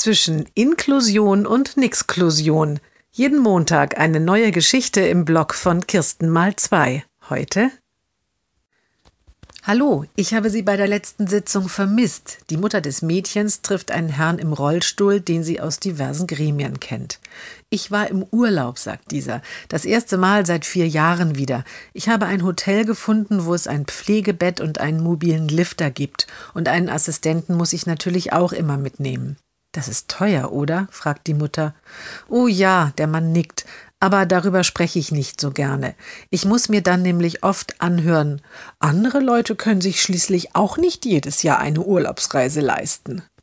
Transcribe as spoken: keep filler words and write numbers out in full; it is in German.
zwischen Inklusion und Nixklusion. Jeden Montag eine neue Geschichte im Blog von Kirsten mal zwei. Heute: Hallo, ich habe Sie bei der letzten Sitzung vermisst. Die Mutter des Mädchens trifft einen Herrn im Rollstuhl, den sie aus diversen Gremien kennt. Ich war im Urlaub, sagt dieser. Das erste Mal seit vier Jahren wieder. Ich habe ein Hotel gefunden, wo es ein Pflegebett und einen mobilen Lifter gibt. Und einen Assistenten muss ich natürlich auch immer mitnehmen. Das ist teuer, oder? Fragt die Mutter. Oh ja, der Mann nickt. Aber darüber spreche ich nicht so gerne. Ich muss mir dann nämlich oft anhören, andere Leute können sich schließlich auch nicht jedes Jahr eine Urlaubsreise leisten.